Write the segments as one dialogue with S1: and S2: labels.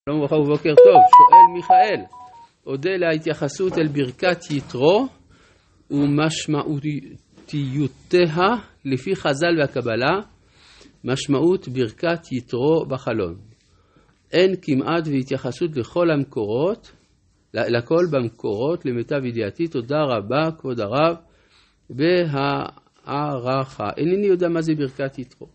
S1: שלום וברכה ובוקר טוב. שואל מיכאל, אודה להתייחסות אל ברכת יתרו ומשמעותיותיה לפי חז"ל והקבלה, משמעות ברכת יתרו בחלון. אין כמעט והתייחסות לכל המקורות, לכל במקורות, למיטב ידיעתי. תודה רבה כבוד הרב בהערכה. אינני יודע מה זה ברכת יתרו.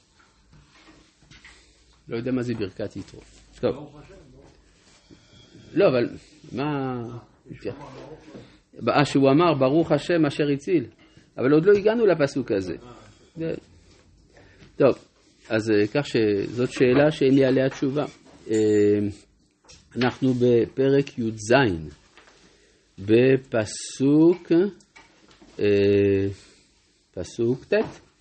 S1: לא יודע מה זה ברכת יתרו. טוב. לא, אבל מה... שהוא אמר ברוך השם אשר הציל, אבל עוד לא הגענו לפסוק הזה. טוב, אז כך שזאת שאלה שאין לי עליה תשובה. אנחנו בפרק י"ז, בפסוק פסוק ט'.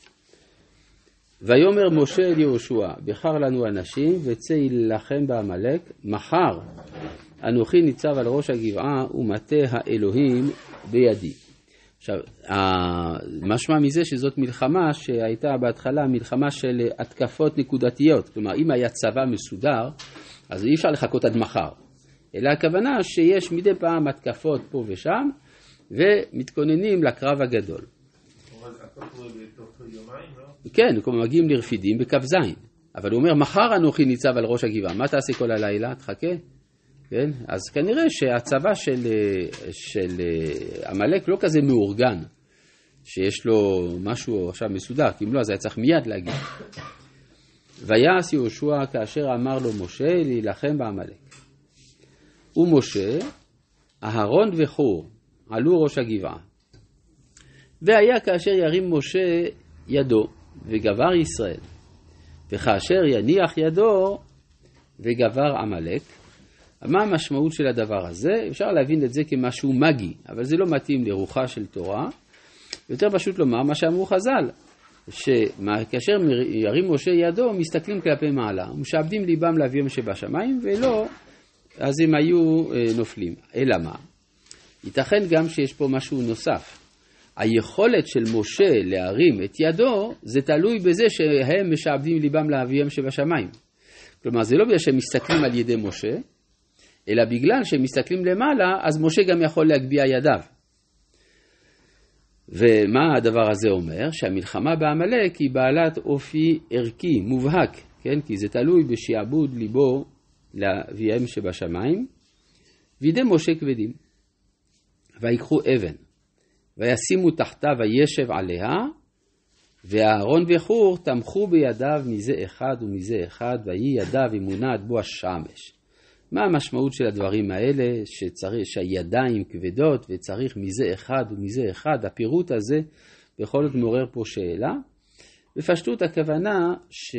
S1: ויאמר משה אל יהושע, בחר לנו אנשים וצא יילחם בעמלק, מחר אנוכי ניצב על ראש הגבעה ומטה האלוהים בידי. עכשיו, משמע מזה שזאת מלחמה שהייתה בהתחלה מלחמה של התקפות נקודתיות. כלומר, אם היה צבא מסודר, אז אי אפשר לחכות עד מחר. אלא הכוונה שיש מדי פעם התקפות פה ושם, ומתכוננים לקרב הגדול. כן, כלומר מגיעים לרפידים בקו זין. אבל הוא אומר, מחר אנוכי ניצב על ראש הגבעה. מה תעשה כל הלילה? תחכה. כן? אז כנראה שהצבא של עמלק לא כזה מאורגן, שיש לו משהו עכשיו מסודר, כי אם לא, אז היה צריך מיד להגיד. ויעש יהושע כאשר אמר לו משה להילחם בעמלק. ומשה, אהרון וחור עלו ראש הגבעה. והיה כאשר ירים משה ידו וגבר ישראל, וכאשר יניח ידו וגבר עמלק. מה המשמעות של הדבר הזה? אפשר להבין את זה כמשהו מגי, אבל זה לא מתאים לרוחה של תורה. יותר פשוט לומר מה שאמרו חז"ל, שכאשר ירים משה ידו מסתכלים כלפי מעלה, משעבדים ליבם לאביהם שבשמיים, ולא, אז הם היו נופלים. אלא מה? ייתכן גם שיש פה משהו נוסף. היכולת של משה להרים את ידו, זה תלוי בזה שהם משעבדים ליבם לאביהם שבשמיים. כלומר, זה לא בגלל שהם מסתכלים על ידי משה, אלא בגלל שהם מסתכלים למעלה, אז משה גם יכול להגביה ידיו. ומה הדבר הזה אומר? שהמלחמה בעמלק היא בעלת אופי ערכי, מובהק, כן? כי זה תלוי בשעבוד ליבו לאביהם שבשמיים. וידי משה כבדים, ויקחו אבן, וישימו תחתה וישב עליה, ואהרון וחור תמכו בידיו מזה אחד ומזה אחד, ויהי ידיו אמונה עד בוא השמש. מה המשמעות של הדברים האלה, שהידיים כבדות וצריך מזה אחד ומזה אחד? הפירוט הזה בכל זאת מעורר פה שאלה. בפשטות הכוונה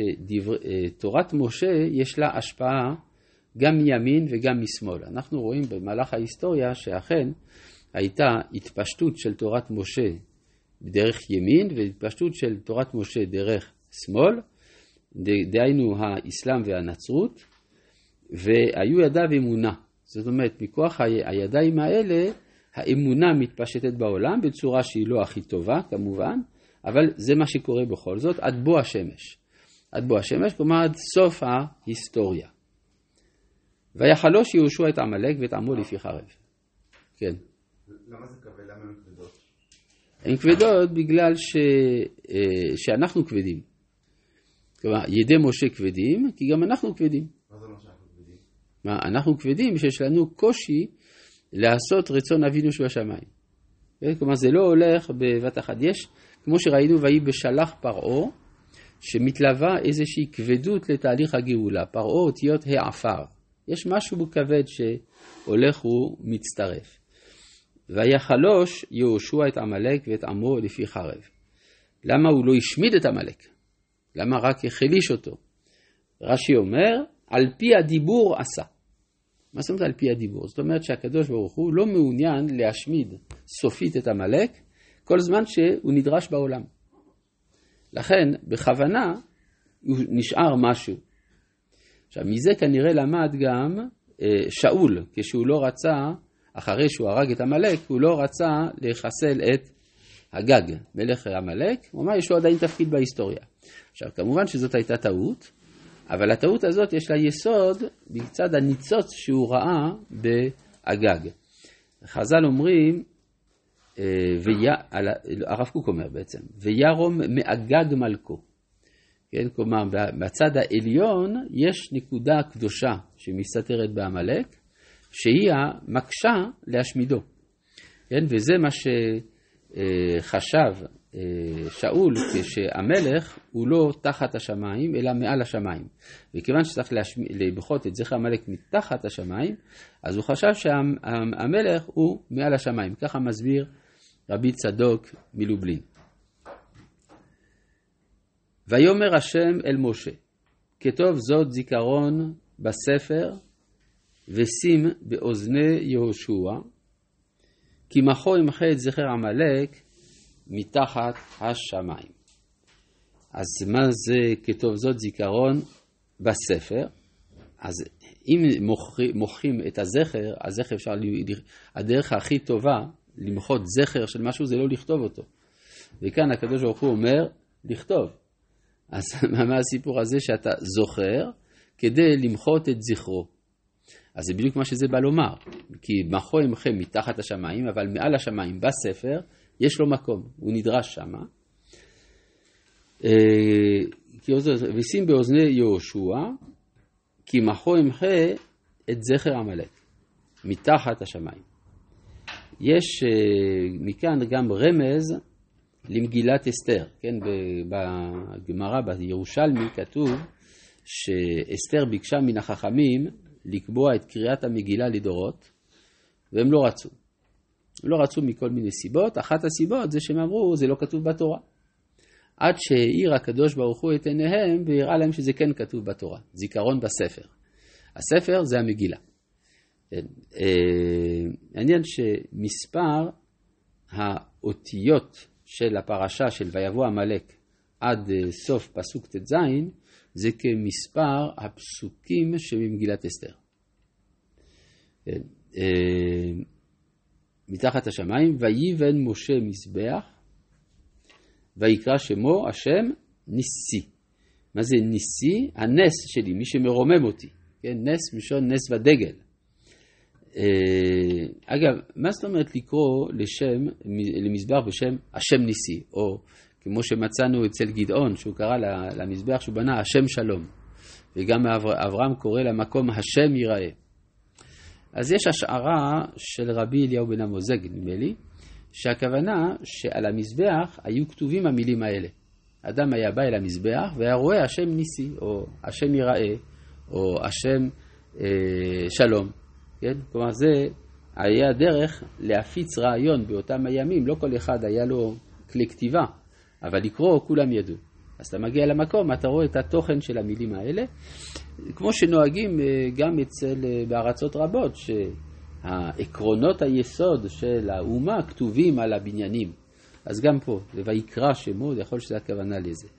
S1: שתורת משה יש לה השפעה גם מימין וגם משמאל. אנחנו רואים במהלך ההיסטוריה שאכן הייתה התפשטות של תורת משה דרך ימין והתפשטות של תורת משה דרך שמאל, דהיינו האסלאם והנצרות, והיו ידיו אמונה. זאת אומרת, מכוח הידיים האלה, האמונה מתפשטת בעולם בצורה שהיא לא הכי טובה, כמובן, אבל זה מה שקורה בכל זאת, עד בוא השמש. עד בוא השמש, כלומר, עד סוף ההיסטוריה. ויחלוש יהושע את עמלק ואת עמו לפי חרב. כן.
S2: למה זה כבד? למה הן כבדות?
S1: הן כבדות בגלל שאנחנו כבדים. כלומר, ידי משה כבדים, כי גם אנחנו כבדים.
S2: מה זה מה שאנחנו כבדים?
S1: אנחנו כבדים שיש לנו קושי לעשות רצון אבינו שבשמיים. כלומר, זה לא הולך בבת אחת. יש, כמו שראינו, ויהי בשלח פרעה, שמתלווה איזושהי כבדות לתהליך הגאולה. פרעה אותיות העפר. יש משהו כבד שהולך ומצטרף. ויחלוש יהושע את עמלק ואת עמו לפי חרב. למה הוא לא השמיד את עמלק? למה רק החליש אותו? רש"י אומר, על פי הדיבור עשה. מה זאת אומרת על פי הדיבור? זאת אומרת שהקדוש ברוך הוא לא מעוניין להשמיד סופית את עמלק, כל זמן שהוא נדרש בעולם. לכן, בכוונה, הוא נשאר משהו. עכשיו, מזה כנראה למד גם שאול, כשהוא לא רצה, אחרי שהוא הרג את עמלק, הוא לא רצה לחסל את הגג, מלך עמלק. הוא אמר, יש לו עדיין תפקיד בהיסטוריה. עכשיו, כמובן שזאת הייתה טעות, אבל הטעות הזאת יש לה יסוד בצד הניצוץ שהוא ראה באגג. חז"ל אומרים, הרב קוק אומר בעצם, וירום מאגג מלכו. כן, כלומר, בצד העליון יש נקודה קדושה שמסתתרת בעמלק, שהיא המקשה להשמידו. כן, וזה מה שחשב שאול כשהמלך הוא לא תחת השמיים אלא מעל השמיים. וכיוון שצריך למחות את זכר המלך מתחת השמיים, אז הוא חשב שהמלך הוא מעל השמיים. ככה מסביר רבי צדוק מלובלין. ויאמר השם אל משה, כתוב זאת זיכרון בספר ושים באוזני יהושע, כי מחו ימחה את זכר עמלק מתחת השמיים. אז מה זה כתוב זאת זיכרון בספר? אז אם מוחים את הזכר, הזכר אפשר, הדרך הכי טובה למחות זכר של משהו זה לא לכתוב אותו. וכאן הקדוש ברוך הוא אומר לכתוב. אז מה הסיפור הזה שאתה זוכר כדי למחות את זכרו? אז זה בדיוק מה שזה בא לומר. כי מחו ימחה מתחת השמיים, אבל מעל השמיים בספר יש לו מקום, הוא נדרש שם. ושים באוזני יהושע, כי מחו ימחה את זכר עמלק מתחת השמיים. יש מכאן גם רמז למגילת אסתר. כן, בגמרא בירושלמי כתוב שאסתר ביקשה מן החכמים לקבוע את קריאת המגילה לדורות, והם לא רצו. הם לא רצו מכל מיני סיבות. אחת הסיבות זה שהם אמרו זה לא כתוב בתורה. עד שהאיר הקדוש ברוך הוא את עיניהם והראה להם שזה כן כתוב בתורה. זיכרון בספר. הספר זה המגילה. העניין שמספר האותיות של הפרשה של ויבוא עמלק עד סוף פסוק ט"ז זה כמספר הפסוקים שבמגילת אסתר. מתחת השמיים, ויבן משה מזבח, ויקרא שמו השם ניסי. מה זה ניסי? הנס שלי, מי שמרומם אותי. כן? נס משון נס ודגל. אגב, מה זאת אומרת לקרוא למזבח בשם השם ניסי? או כמו שמצאנו אצל גדעון, שהוא קרא למזבח שהוא בנה השם שלום. וגם אברהם קורא למקום השם ייראה. אז יש השערה של רבי אליהו בן אמוזג, נדמה לי, שהכוונה שעל המזבח היו כתובים המילים האלה. אדם היה בא אל המזבח והיה רואה השם ניסי, או השם ייראה, או השם שלום. כן? כלומר, זה היה דרך להפיץ רעיון באותם הימים. לא כל אחד היה לו כלי כתיבה, אבל לקרוא כולם ידעו. אז אתה מגיע למקום, אתה רואה את התוכן של המילים האלה, כמו שנוהגים גם בארצות רבות, שהעקרונות היסוד של האומה כתובים על הבניינים. אז גם פה, ויקרא שמו, זה יכול שזה הכוונה לזה.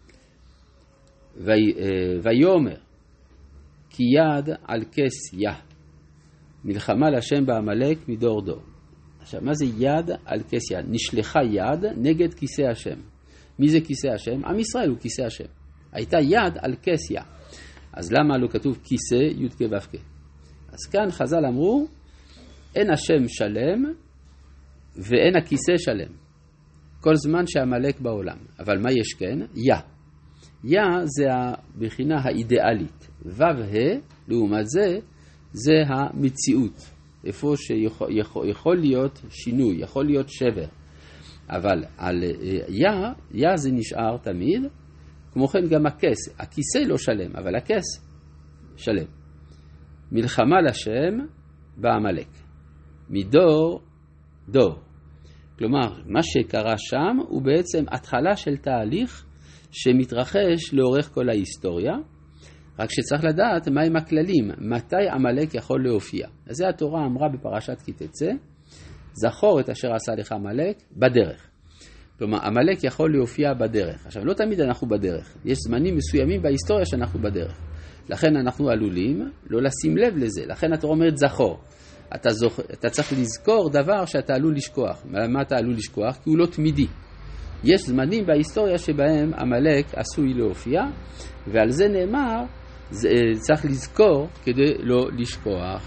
S1: ויאמר, כי יד על כס יה, מלחמה להשם בעמלק מדור דור. עכשיו, מה זה יד על כס יה? נשלחה יד נגד כיסא השם. מי זה כיסא השם? עם ישראל הוא כיסא השם. הייתה יד על כס יה. אז למה לא כתוב כיסא י' כ' ו' כ'? אז כאן חז"ל אמרו, אין השם שלם ואין הכיסא שלם. כל זמן שהמלך בעולם. אבל מה יש כן? יה. יה זה הבחינה האידיאלית. ו' ה' לעומת זה, זה המציאות. איפה שיכול להיות שינוי, יכול להיות שבר. אבל על יה זה נשאר תמיד. כמו כן גם הכס. הכיסא לא שלם, אבל הכס שלם. מלחמה לשם בעמלק. מדור דור. כלומר, מה שקרה שם הוא בעצם התחלה של תהליך שמתרחש לאורך כל ההיסטוריה, רק שצריך לדעת מהם הכללים, מתי עמלק יכול להופיע. אז זה התורה אמרה בפרשת כי תצא, זכור את אשר עשה לך עמלק בדרך. כלומר, עמלק יכול להופיע בדרך. עכשיו, לא תמיד אנחנו בדרך. יש זמנים מסוימים בהיסטוריה שאנחנו בדרך. לכן אנחנו עלולים לא לשים לב לזה. לכן התורה אומרת זכור. אתה צריך לזכור דבר שאתה עלול לשכוח. מה אתה עלול לשכוח? כי הוא לא תמידי. יש זמנים בהיסטוריה שבהם עמלק עשוי להופיע, ועל זה נאמר צריך לזכור כדי לא לשכוח.